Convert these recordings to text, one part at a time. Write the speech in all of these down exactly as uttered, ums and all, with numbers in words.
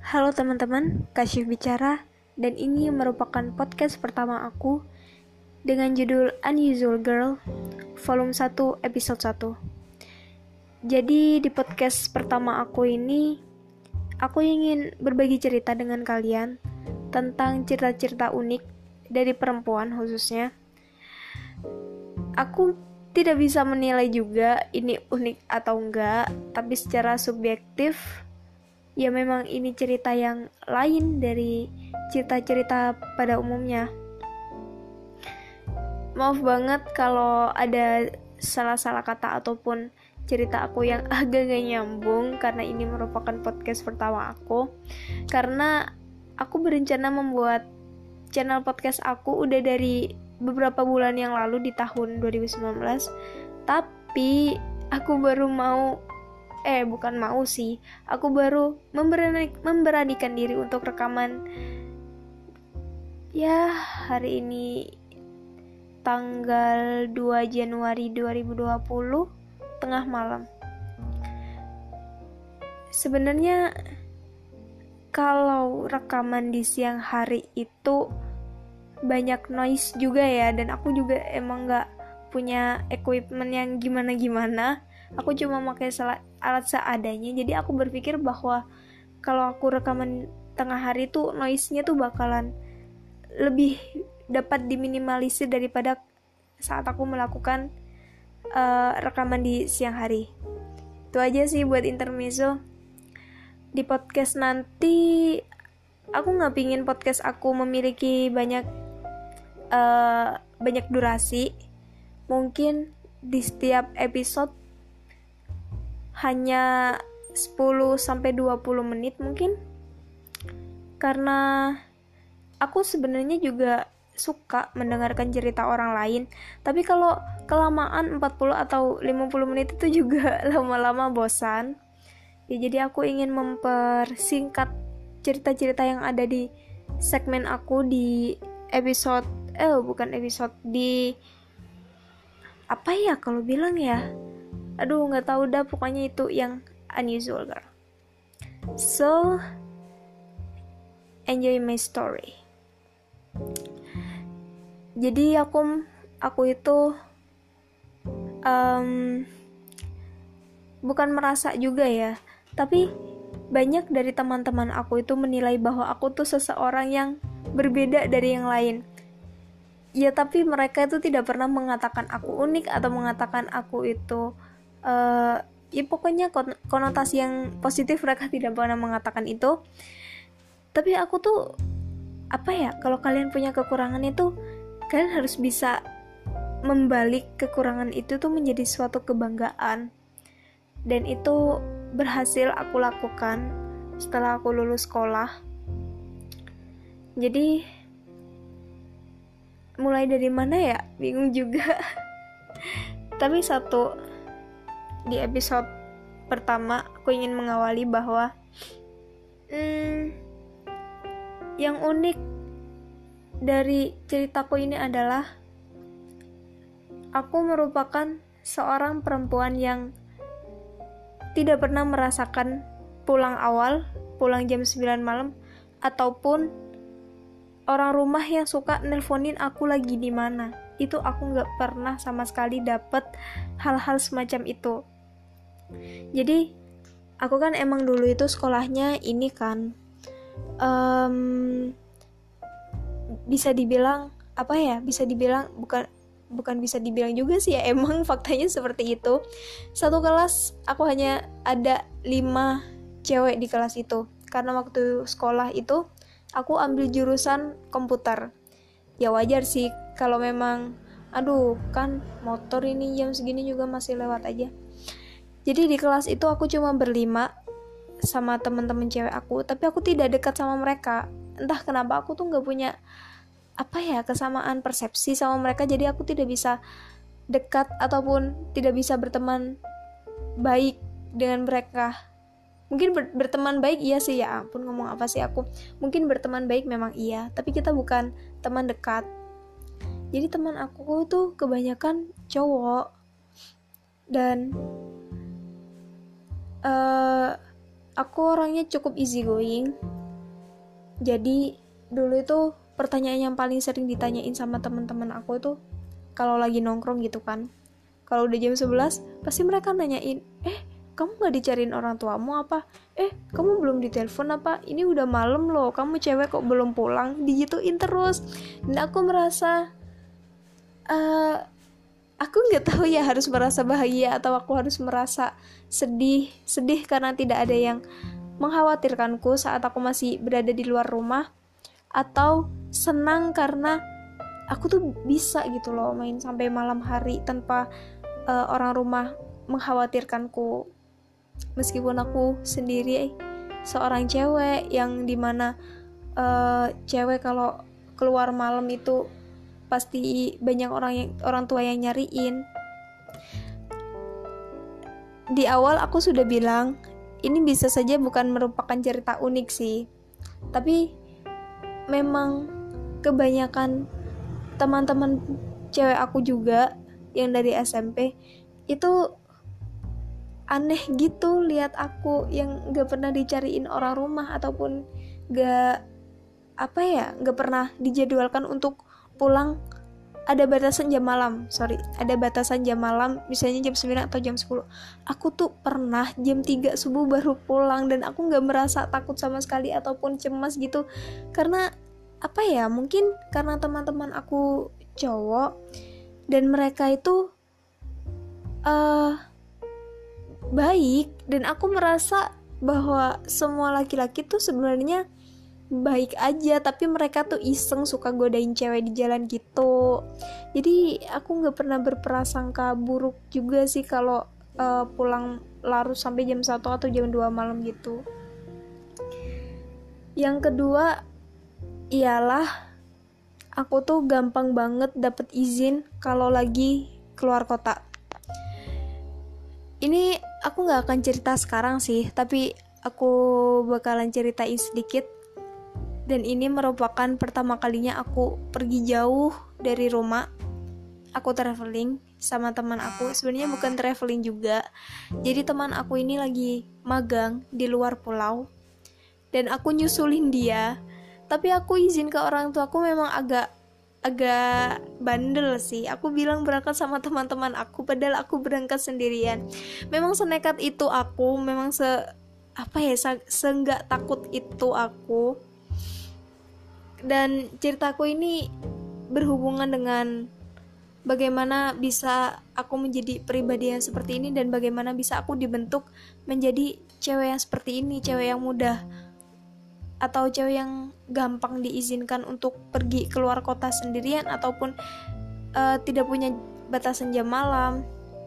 Halo teman-teman, Kasyif bicara, dan ini merupakan podcast pertama aku dengan judul Unusual Girl, volume satu, episode satu. Jadi di podcast pertama aku ini, aku ingin berbagi cerita dengan kalian tentang cerita-cerita unik dari perempuan khususnya. Aku tidak bisa menilai juga ini unik atau enggak, tapi secara subjektif, ya memang ini cerita yang lain dari cerita-cerita pada umumnya. Maaf banget kalau ada salah-salah kata ataupun cerita aku yang agak gak nyambung, karena ini merupakan podcast pertama aku. Karena aku berencana membuat channel podcast aku udah dari beberapa bulan yang lalu di tahun dua ribu sembilan belas, tapi aku baru mau Eh bukan mau sih, aku baru memberani, memberanikan diri untuk rekaman. Ya, hari ini tanggal dua Januari dua ribu dua puluh, tengah malam. Sebenarnya kalau rekaman di siang hari itu banyak noise juga ya, dan aku juga emang gak punya equipment yang gimana-gimana. Aku cuma pakai alat seadanya. Jadi aku berpikir bahwa kalau aku rekaman tengah hari tuh noise-nya tuh bakalan lebih dapat diminimalisir daripada saat aku melakukan uh, rekaman di siang hari. Itu aja sih buat intermezzo. Di podcast nanti aku nggak pingin podcast aku memiliki banyak uh, banyak durasi. Mungkin di setiap episode hanya sepuluh sampai dua puluh menit mungkin. Karena aku sebenarnya juga suka mendengarkan cerita orang lain. Tapi kalau kelamaan empat puluh atau lima puluh menit itu juga lama-lama bosan. Ya, jadi aku ingin mempersingkat cerita-cerita yang ada di segmen aku di episode eh bukan episode di apa ya kalau bilang ya. Aduh, nggak tahu dah, pokoknya itu yang unusual girl. So, enjoy my story. Jadi aku aku itu um, bukan merasa juga ya, tapi banyak dari teman-teman aku itu menilai bahwa aku tuh seseorang yang berbeda dari yang lain. Ya, tapi mereka itu tidak pernah mengatakan aku unik atau mengatakan aku itu Uh, ya pokoknya konotasi yang positif mereka tidak pernah mengatakan itu. Tapi aku tuh apa ya, kalau kalian punya kekurangan itu kalian harus bisa membalik kekurangan itu tuh menjadi suatu kebanggaan. Dan itu berhasil aku lakukan setelah aku lulus sekolah. Jadi mulai dari mana ya, bingung juga. Tapi satu, di episode pertama aku ingin mengawali bahwa hmm, yang unik dari ceritaku ini adalah aku merupakan seorang perempuan yang tidak pernah merasakan pulang awal, pulang jam sembilan malam, ataupun orang rumah yang suka nelponin aku lagi di mana. Itu aku gak pernah sama sekali dapet hal-hal semacam itu. Jadi aku kan emang dulu itu sekolahnya ini kan um, bisa dibilang apa ya, bisa dibilang bukan bukan bisa dibilang juga sih ya, emang faktanya seperti itu. Satu kelas aku hanya ada lima cewek di kelas itu, karena waktu sekolah itu aku ambil jurusan komputer. Ya wajar sih kalau memang aduh kan motor ini jam segini juga masih lewat aja. Jadi di kelas itu aku cuma berlima sama teman-teman cewek aku, tapi aku tidak dekat sama mereka. Entah kenapa aku tuh nggak punya apa ya, kesamaan persepsi sama mereka, jadi aku tidak bisa dekat ataupun tidak bisa berteman baik dengan mereka. Mungkin ber- berteman baik iya sih, ya ampun ngomong apa sih aku. Mungkin berteman baik memang iya, tapi kita bukan teman dekat. Jadi teman aku tuh kebanyakan cowok. Dan uh, aku orangnya cukup easy going. Jadi dulu itu pertanyaan yang paling sering ditanyain sama teman-teman aku itu kalau lagi nongkrong gitu kan, kalau udah jam sebelas pasti mereka nanyain, eh kamu gak dicariin orang tuamu apa? Eh kamu belum ditelepon apa? Ini udah malam loh, kamu cewek kok belum pulang? Digituin terus. Dan aku merasa uh, aku gak tahu ya harus merasa bahagia atau aku harus merasa sedih sedih karena tidak ada yang mengkhawatirkanku saat aku masih berada di luar rumah, atau senang karena aku tuh bisa gitu loh main sampai malam hari tanpa uh, orang rumah mengkhawatirkanku, meskipun aku sendiri seorang cewek yang dimana uh, cewek kalau keluar malam itu pasti banyak orang yang orang tua yang nyariin. Di awal aku sudah bilang ini bisa saja bukan merupakan cerita unik sih, tapi memang kebanyakan teman-teman cewek aku juga yang dari S M P itu aneh gitu lihat aku yang gak pernah dicariin orang rumah ataupun gak apa ya gak pernah dijadwalkan untuk pulang. Ada batasan jam malam, sorry, ada batasan jam malam, misalnya jam sembilan atau jam sepuluh. Aku tuh pernah jam tiga subuh baru pulang dan aku gak merasa takut sama sekali ataupun cemas gitu. Karena apa ya, mungkin karena teman-teman aku cowok dan mereka itu uh, baik, dan aku merasa bahwa semua laki-laki tuh sebenarnya baik aja, tapi mereka tuh iseng suka godain cewek di jalan gitu. Jadi aku nggak pernah berprasangka buruk juga sih kalau uh, pulang larut sampai jam satu atau jam dua malam gitu. Yang kedua ialah aku tuh gampang banget dapet izin kalau lagi keluar kota. Ini aku nggak akan cerita sekarang sih, tapi aku bakalan ceritain sedikit. Dan ini merupakan pertama kalinya aku pergi jauh dari rumah. Aku traveling sama teman aku. Sebenarnya bukan traveling juga. Jadi teman aku ini lagi magang di luar pulau. Dan aku nyusulin dia. Tapi aku izin ke orang tua aku memang agak agak bandel sih. Aku bilang berangkat sama teman-teman aku, padahal aku berangkat sendirian. Memang senekat itu aku, memang se apa ya, se, seenggak takut itu aku. Dan ceritaku ini berhubungan dengan bagaimana bisa aku menjadi pribadi yang seperti ini dan bagaimana bisa aku dibentuk menjadi cewek yang seperti ini, cewek yang mudah atau cewek yang gampang diizinkan untuk pergi keluar kota sendirian ataupun uh, tidak punya batasan jam malam.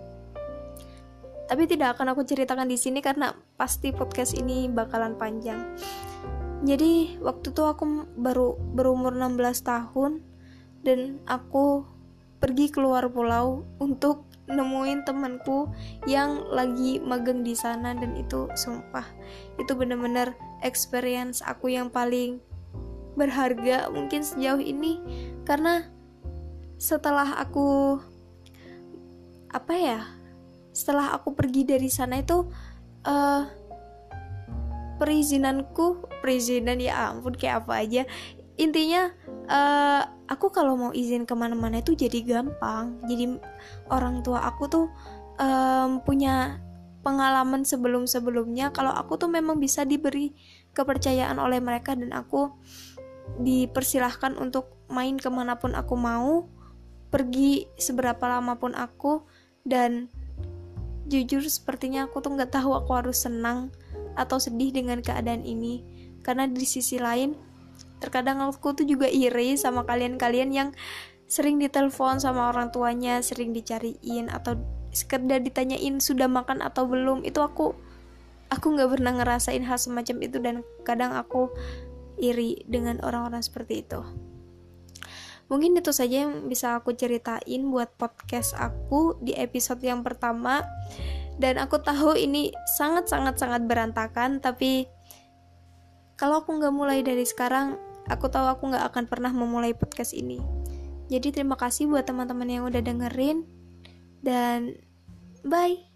Tapi tidak akan aku ceritakan di sini karena pasti podcast ini bakalan panjang. Jadi waktu itu aku baru berumur enam belas tahun dan aku pergi keluar pulau untuk nemuin temanku yang lagi magang di sana, dan itu sumpah itu benar-benar experience aku yang paling berharga mungkin sejauh ini, karena setelah aku apa ya setelah aku pergi dari sana itu uh, perizinanku perizinan ya ampun kayak apa aja intinya uh, aku kalau mau izin kemana-mana itu jadi gampang. Jadi orang tua aku tuh um, punya pengalaman sebelum-sebelumnya kalau aku tuh memang bisa diberi kepercayaan oleh mereka dan aku dipersilahkan untuk main kemanapun aku mau, pergi seberapa lama pun aku. Dan jujur sepertinya aku tuh nggak tahu aku harus senang atau sedih dengan keadaan ini, karena di sisi lain terkadang aku tuh juga iri sama kalian-kalian yang sering ditelepon sama orang tuanya, sering dicariin atau sekedar ditanyain sudah makan atau belum. Itu aku aku nggak pernah ngerasain hal semacam itu, dan kadang aku iri dengan orang-orang seperti itu. Mungkin itu saja yang bisa aku ceritain buat podcast aku di episode yang pertama. Dan aku tahu ini sangat-sangat-sangat berantakan, tapi kalau aku gak mulai dari sekarang, aku tahu aku gak akan pernah memulai podcast ini. Jadi terima kasih buat teman-teman yang udah dengerin, dan bye.